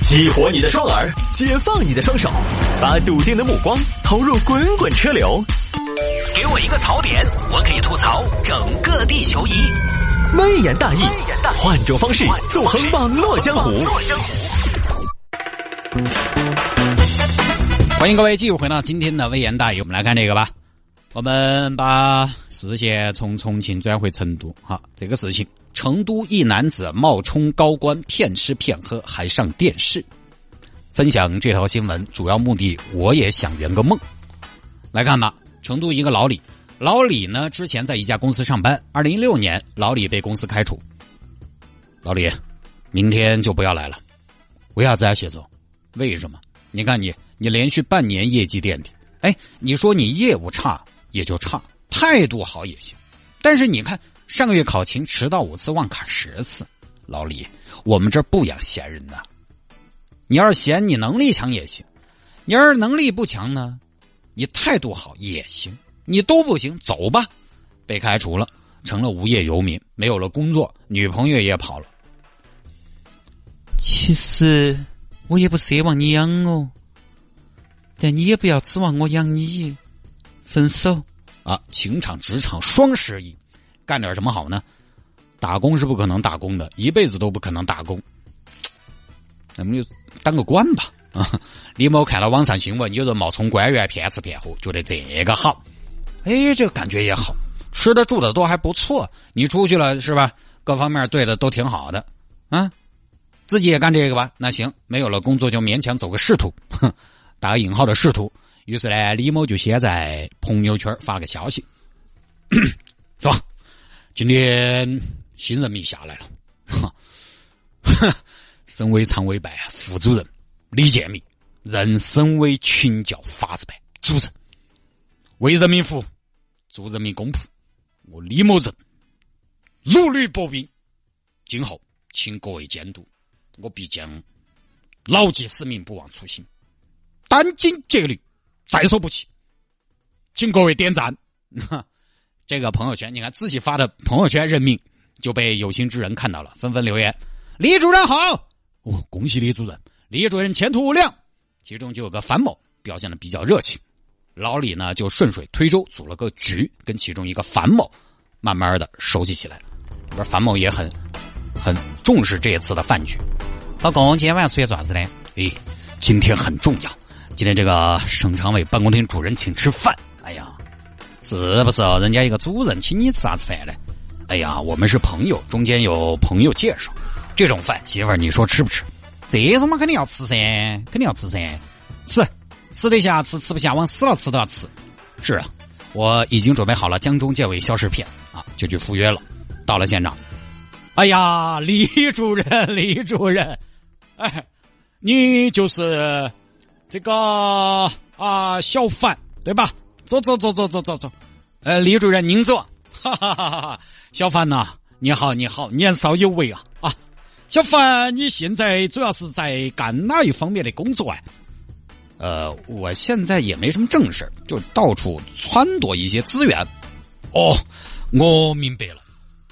激活你的双耳，解放你的双手，把笃定的目光投入滚滚车流。给我一个槽点，我可以吐槽整个地球仪。微言大义，换种方式纵横网络江湖。 欢迎各位继续回到今天的微言大义，我们来看这个吧。我们把视线从重庆转回成都。好，这个事情，成都一男子冒充高官骗吃骗喝还上电视。分享这条新闻主要目的，我也想圆个梦。来看吧，成都一个老李呢，之前在一家公司上班，2016年老李被公司开除。老李，明天就不要来了。为啥子啊，谢总？为什么？你看你连续半年业绩垫底，你说你业务差也就差，态度好也行，但是你看上个月考勤迟到5次，忘卡10次。老李，我们这不养闲人呐。你要是嫌你能力强也行，你要是能力不强呢，你态度好也行，你都不行，走吧。被开除了，成了无业游民，没有了工作，女朋友也跑了。其实我也不奢望你养我，但你也不要指望我养你。分手啊！情场职场双失意，干点什么好呢？打工是不可能打工的，一辈子都不可能打工。咱们就当个官吧啊！李某看了网上新闻，有人冒充官员骗吃骗喝，觉得这个好。这个感觉也好，吃的住的都还不错。你出去了是吧？各方面对的都挺好的啊。自己也干这个吧，那行，没有了工作就勉强走个仕途，打个引号的仕途。于是呢，李某就先在朋友圈发了个消息，走，今天新任命下来了，省委常委办副主任李建明任省委群教法制办主任，为人民服务，做人民公仆，我李某人如履薄冰，今后请各位监督，我必将牢记使命，不忘初心，殚精竭虑，在所不弃，请各位点赞。这个朋友圈，你看自己发的朋友圈任命就被有心之人看到了，纷纷留言：李主任好！恭喜李主任，李主任前途无量。其中就有个樊某表现得比较热情，老李呢就顺水推舟组了个局，跟其中一个樊某慢慢的熟悉起来。而樊某也很重视这一次的饭局。老公，今天晚上出去做啥子呢？今天很重要。今天这个省常委办公厅主任请吃饭，是不是人家一个主任请你吃啥子饭呢？我们是朋友，中间有朋友介绍，这种饭媳妇儿你说吃不吃？这种嘛肯定要吃噻，肯定要吃噻，吃得下吃，吃不下往死了吃都要吃。是啊，我已经准备好了江中健胃消食片啊，就去赴约了。到了现场，李主任，你就是这个小范对吧？走。李主任您坐。小范呐，你好，年少有为啊！小范，你现在主要是在干哪一方面的工作啊？我现在也没什么正事，就到处撺掇一些资源。我明白了。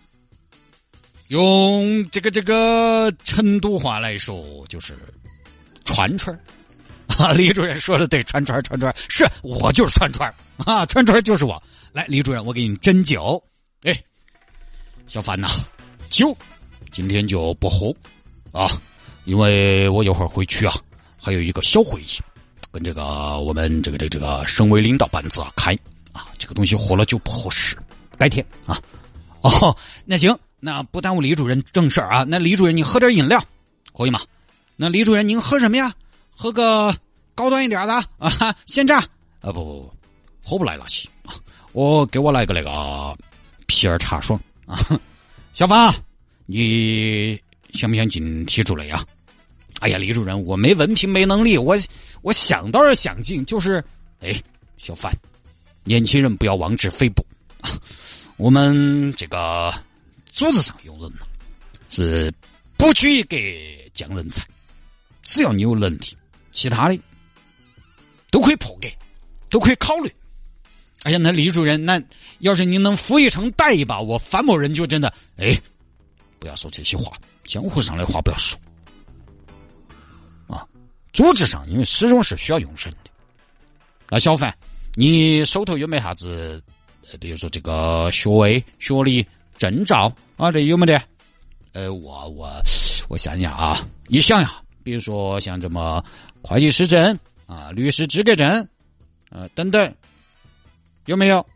用这个成都话来说，就是串串。李主任说的对，串串，是我就是串串啊，串串就是我。来，李主任，我给你斟酒。小范呐，酒今天就不喝啊，因为我一会儿回去啊，还有一个小会议，跟这个我们这个省委领导班子开啊，这个东西喝了就不合适，改天啊。那行，那不耽误李主任正事啊。那李主任你喝点饮料可以吗？那李主任您喝什么呀？喝个高端一点的啊，鲜榨不，喝不来那些啊。给我来个那个皮尔茶爽啊。小芳，你想不想进体制内啊？李主任，我没文凭没能力，我想倒是想进，就是小范，年轻人不要妄自菲薄啊。我们这个组织上用人呢，是不拘给降人才，只要你有能力，其他的都可以破格，都可以考虑。那李主任，那要是您能扶一程带一把，我樊某人就真的不要说这些话，江湖上的话不要说。 组织上，因为始终是需要用人的。那小范，你手头有没啥子？比如说这个学位、学历、证照啊，这有没得？我想想啊，你想想，比如说像这么会计师证啊、律师资格证，等等，有没有？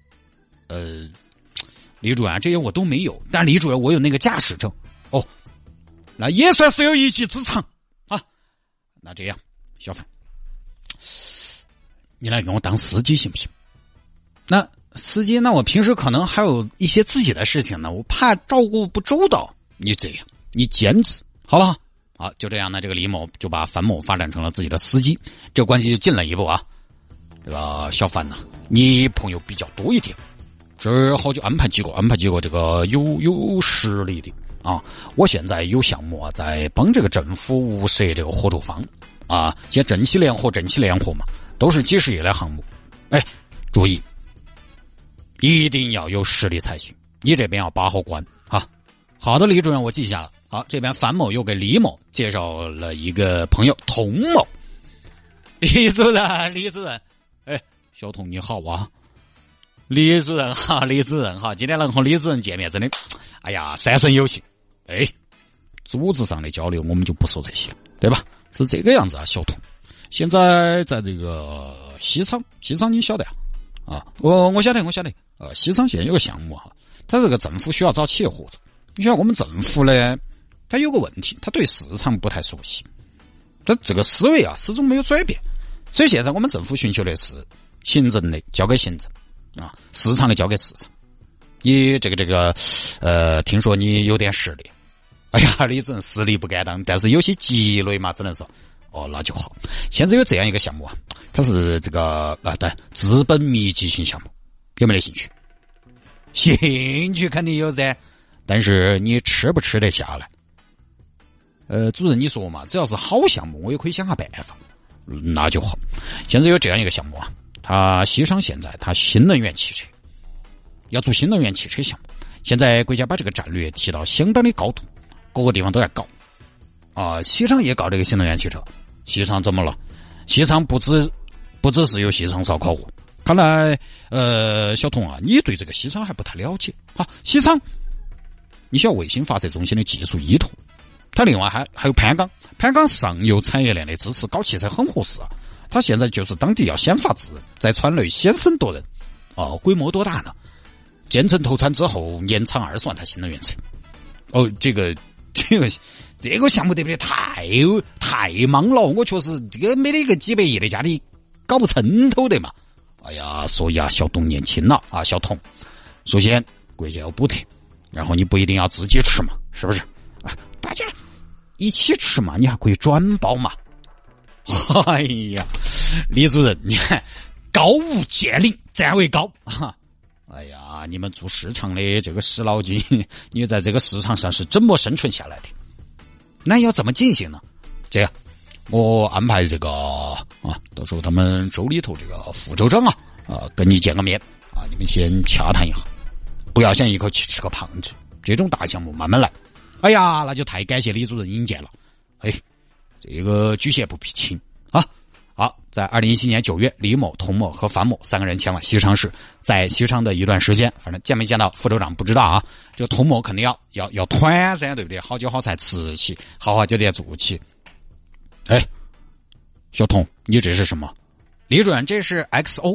李主任这些我都没有，但李主任我有那个驾驶证。哦，那也算是有一技之长啊。那这样，小范，你来给我当司机行不行？那司机，那我平时可能还有一些自己的事情呢，我怕照顾不周到。你这样，你兼职好了。好，就这样呢，这个李某就把樊某发展成了自己的司机，这个关系就近了一步啊。这个小范呢，你朋友比较多一点，之后就安排几个这个有实力的啊。我现在有项目啊，在帮这个政府物色这个合作方啊，些正气联合嘛，都是几十亿的项目。哎，注意，一定要有实力才行。你这边要把好关啊。好的，李主任，我记下了。好，这边樊某又给李某介绍了一个朋友童某。李主任，哎，小童你好啊。李主任好，今天能和李主任见面，真的，哎呀，三生有幸。哎，组织上的交流我们就不说这些了，对吧？是这个样子啊，小童。现在在这个西昌你晓得啊？我晓得。西昌县有个项目哈，它这个政府需要找企业合作。你像我们政府呢，它有个问题，它对市场不太熟悉，它这个思维啊始终没有转变，所以现在我们政府寻求的是行政的交给行政啊，市场的交给市场。你这个听说你有点实力，哎呀，李主任实力不敢当，但是有些积累嘛，只能说哦那就好。现在有这样一个项目啊，它是这个对资本密集型项目，有没有兴趣？兴趣肯定有噻。但是你吃不吃得下来？主任你说嘛，只要是好项目，我也可以想下办法，那就好。现在有这样一个项目啊，它西昌现在它新能源汽车要做新能源汽车项目，现在国家把这个战略提到相当的高度，各个地方都在搞啊。西昌也搞这个新能源汽车，西昌怎么了？西昌不只是有西昌烧烤锅，看来小童啊，你对这个西昌还不太了解啊。西昌你需要卫星发射中心的技术依托，它另外还有攀岗上游产业链的支持，搞汽车很合适啊。它现在就是当地要先发制人，在川内先声夺人哦，规模多大呢？建成投产之后，年产20万台新能源车。哦，这个项目对不对？太忙了，我确实这个没得一个几百亿的家里搞不成头的嘛。哎呀，所以啊，小童年轻了啊，小童，首先国家要补贴。然后你不一定要自己吃嘛，是不是？啊，大家一起吃嘛，你还可以转包嘛。哎呀，李主任，你看高屋建瓴，站位高啊！哎呀，你们做市场的这个死老筋，你在这个市场上是怎么生存下来的？那要怎么进行呢？这样，我安排这个啊，到时候他们州里头这个副州长跟你见个面啊，你们先洽谈一下。不要想一口气吃个胖子，这种大项目慢慢来。哎呀，那就太感谢李主任引荐了。哎，这个举贤不避亲啊！好，在2017年9月，李某、童某和樊某3个人前往西昌市，在西昌的一段时间，反正见没见到副州长不知道啊。这个童某肯定要团噻，对不对？好酒好菜吃起，豪华酒店住起。哎，小童，你这是什么？李主任，这是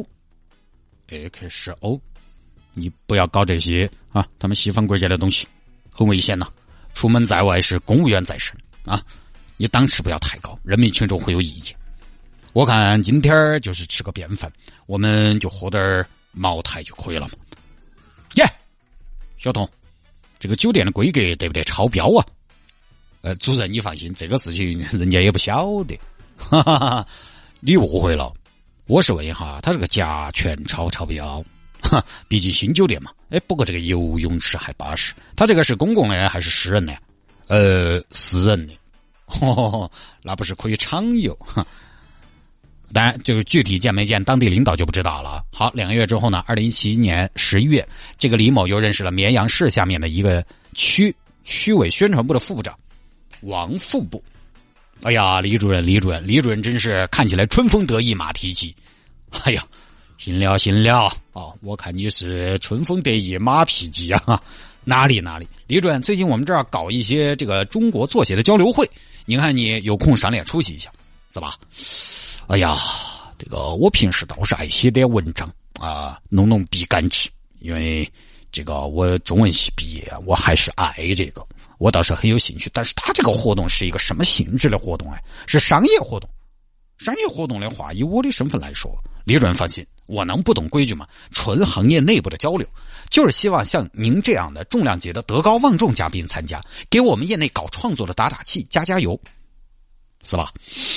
XO。XO。你不要搞这些啊！他们西方国家的东西很危险呐、出门在外是公务员在身啊！你档次不要太高，人民群众会有意见。我看今天就是吃个便饭，我们就喝点茅台就可以了嘛。耶，小童，这个酒店的规格对不对？超标啊！主任你放心，这个事情人家也不晓得。哈哈哈，你误会了，我是问一下，他这个价全超标。哈，毕竟新酒店嘛。哎，不过这个游泳池还巴适。它这个是公共的还是私人的？私人的。那不是可以畅游？当然，这个具体见没见当地领导就不知道了。好，2个月之后呢，2017年11月，这个李某又认识了绵阳市下面的一个区委宣传部的副部长王副部。 哎呀，李主任真是看起来春风得意马蹄疾。哎呀，行了哦，我看你是春风得意马屁疾啊。哪里，李主任，最近我们这儿搞一些这个中国作协的交流会，你看你有空赏脸出席一下，是吧？哎呀，这个我平时倒是爱写点文章啊，弄笔干纸，因为这个我中文系毕业，我还是爱这个，我倒是很有兴趣。但是他这个活动是一个什么性质的活动是商业活动。商业活动的话，以我的身份来说，李主任放心，我能不懂规矩吗？纯行业内部的交流，就是希望像您这样的重量级的德高望重嘉宾参加，给我们业内搞创作的打气，加油，是吧？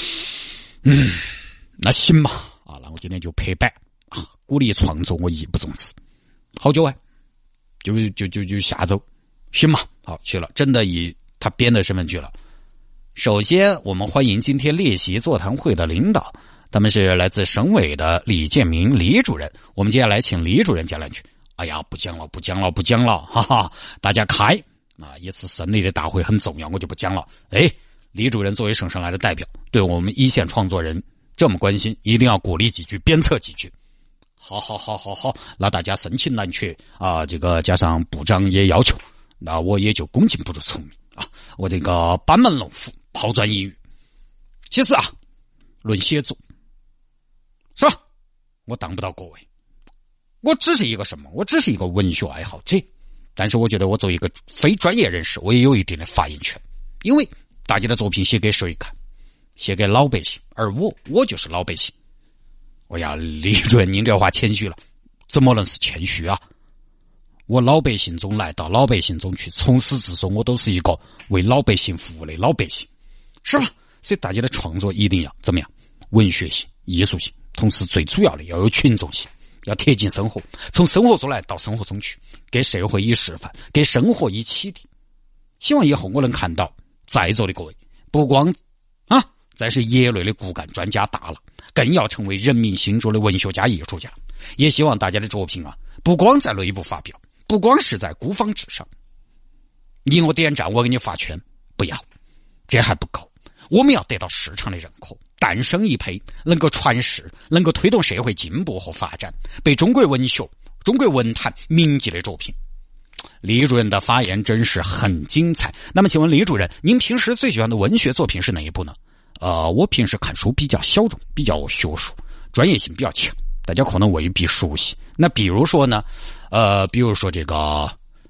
那行吧，那我今天就拍板啊，鼓励创作，我义不容辞。好久就下周，行吧？好，去了，真的以他编的身份去了。首先，我们欢迎今天列席座谈会的领导，他们是来自省委的李建明李主任。我们接下来请李主任讲两句。哎呀，不讲了，哈哈，大家开啊！一次省里的大会很重要，我就不讲了。李主任作为省上来的代表，对我们一线创作人这么关心，一定要鼓励几句，鞭策几句。好，那大家深情难却啊！这个加上部长也要求，那我也就恭敬不如从命啊！我这个班门弄斧，抛砖引玉。其次啊，论写作，是吧？我当不到各位，我只是一个什么？我只是一个文学爱好者。但是我觉得我作为一个非专业人士，我也有一定的发言权，因为大家的作品写给谁看？写给老百姓，而我就是老百姓。哎呀，李主任，您这话谦虚了，怎么能是谦虚啊？我老百姓中来到老百姓中去，从始至终我都是一个为老百姓服务的老百姓，是吧？所以大家的创作一定要怎么样？文学性、艺术性，同时最主要的要有群众性，要贴近生活，从生活中来到生活中去，给社会以示范，给生活以启迪。希望以后我能看到在座的各位，不光再是业内的骨干专家大了，更要成为人民心中的文学家、艺术家。也希望大家的作品不光在内部发表，不光是在孤芳纸上，你我点赞，我给你发圈，不要，这还不够。我们要得到市场的认可，诞生一批能够传世、能够推动社会进步和发展、被中国文学、中国文坛铭记的作品。李主任的发言真是很精彩。那么请问李主任，您平时最喜欢的文学作品是哪一部呢？我平时看书比较小众，比较学术，专业性比较强，大家可能未必熟悉。那比如说呢，比如说这个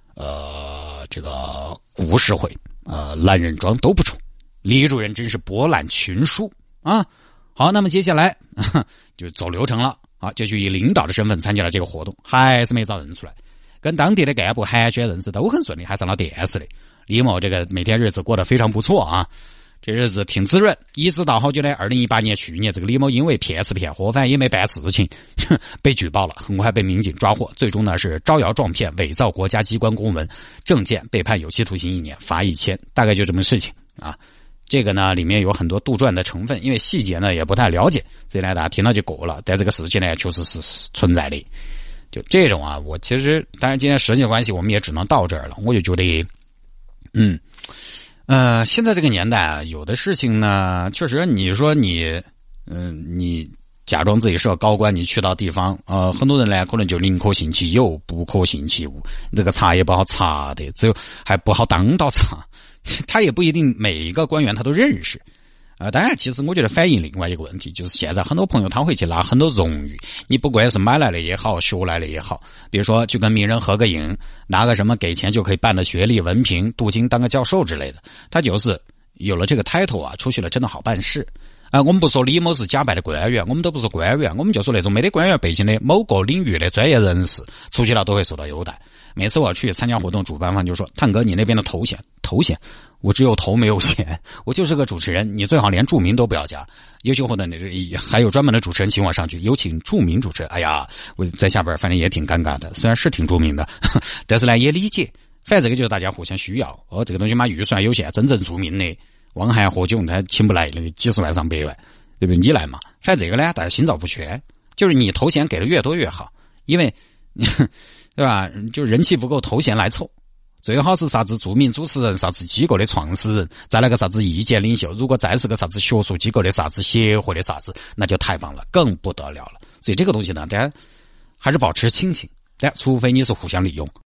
故事会，懒人庄都不错。李主任真是博览群书啊！好，那么接下来就走流程了啊，就去以领导的身份参加了这个活动，还是没找人出来，跟当地的干部寒暄认识都很顺利，还上了电视的。李某这个每天日子过得非常不错啊。这日子挺滋润，一直到好久呢，2018年去年，这个李某因为骗吃骗喝，反正也没办事情，被举报了，很快被民警抓获，最终呢是招摇撞骗、伪造国家机关公文证件，被判有期徒刑1年，罚1000，大概就这么事情啊。这个呢里面有很多杜撰的成分，因为细节呢也不太了解，所以呢大家听到就过了。但这个事情呢确实是存在的，就这种我其实当然今天时间关系，我们也只能到这儿了。我就觉得，现在这个年代有的事情呢，确实你说你假装自己是个高官，你去到地方，很多人呢可能就宁可信其有，不可信其无，这个查也不好查的，只有还不好当到查，他也不一定每一个官员他都认识。当然其实我觉得反映另外一个问题，就是现在很多朋友他会去拿很多荣誉，你不管是买来的也好，学来的也好，比如说去跟名人合个影，拿个什么给钱就可以办的学历文凭，镀金当个教授之类的，他就是有了这个 title 出去了真的好办事。我们不说李某是假扮的官员，我们都不说官员，我们就说那种没得官员背景的某个领域的专业人士，出去了都会受到优待。每次我去参加活动，主办方就说：“探哥，你那边的头衔，我只有头没有衔，我就是个主持人，你最好连注明都不要加。优秀活动还有专门的主持人请我上去，有请著名主持人。哎呀，我在下边反正也挺尴尬的，虽然是挺著名的，但是呢也理解，反正这个就是大家互相需要。这个东西嘛预算有限，真正著名的汪涵、何炅他请不来那个几十万上百万，对不对？你来嘛，反正这个呢大家心照不宣，就是你头衔给的越多越好，因为对吧？就人气不够，头衔来凑。 最好是啥子著名主持人，啥子机构的创始人，再来个啥子意见领袖，如果再是个啥子学术机构的啥子协会的啥子，那就太棒了，更不得了了。所以这个东西呢，大家还是保持清醒，除非你是互相利用。